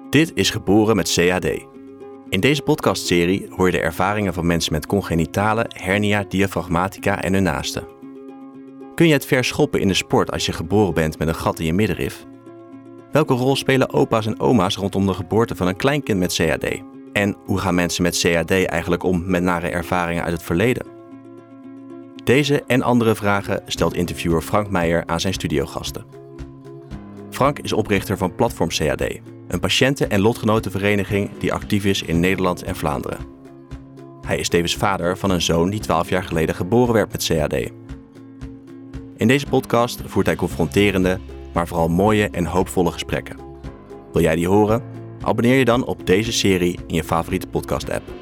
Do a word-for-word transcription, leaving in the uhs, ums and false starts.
Dit is Geboren met C A D. In deze podcastserie hoor je de ervaringen van mensen met congenitale hernia diafragmatica en hun naasten. Kun je het ver schoppen in de sport als je geboren bent met een gat in je middenrif? Welke rol spelen opa's en oma's rondom de geboorte van een kleinkind met C A D? En hoe gaan mensen met C A D eigenlijk om met nare ervaringen uit het verleden? Deze en andere vragen stelt interviewer Frank Meijer aan zijn studiogasten. Frank is oprichter van Platform C A D, een patiënten- en lotgenotenvereniging die actief is in Nederland en Vlaanderen. Hij is tevens vader van een zoon die twaalf jaar geleden geboren werd met C A D. In deze podcast voert hij confronterende, maar vooral mooie en hoopvolle gesprekken. Wil jij die horen? Abonneer je dan op deze serie in je favoriete podcast-app.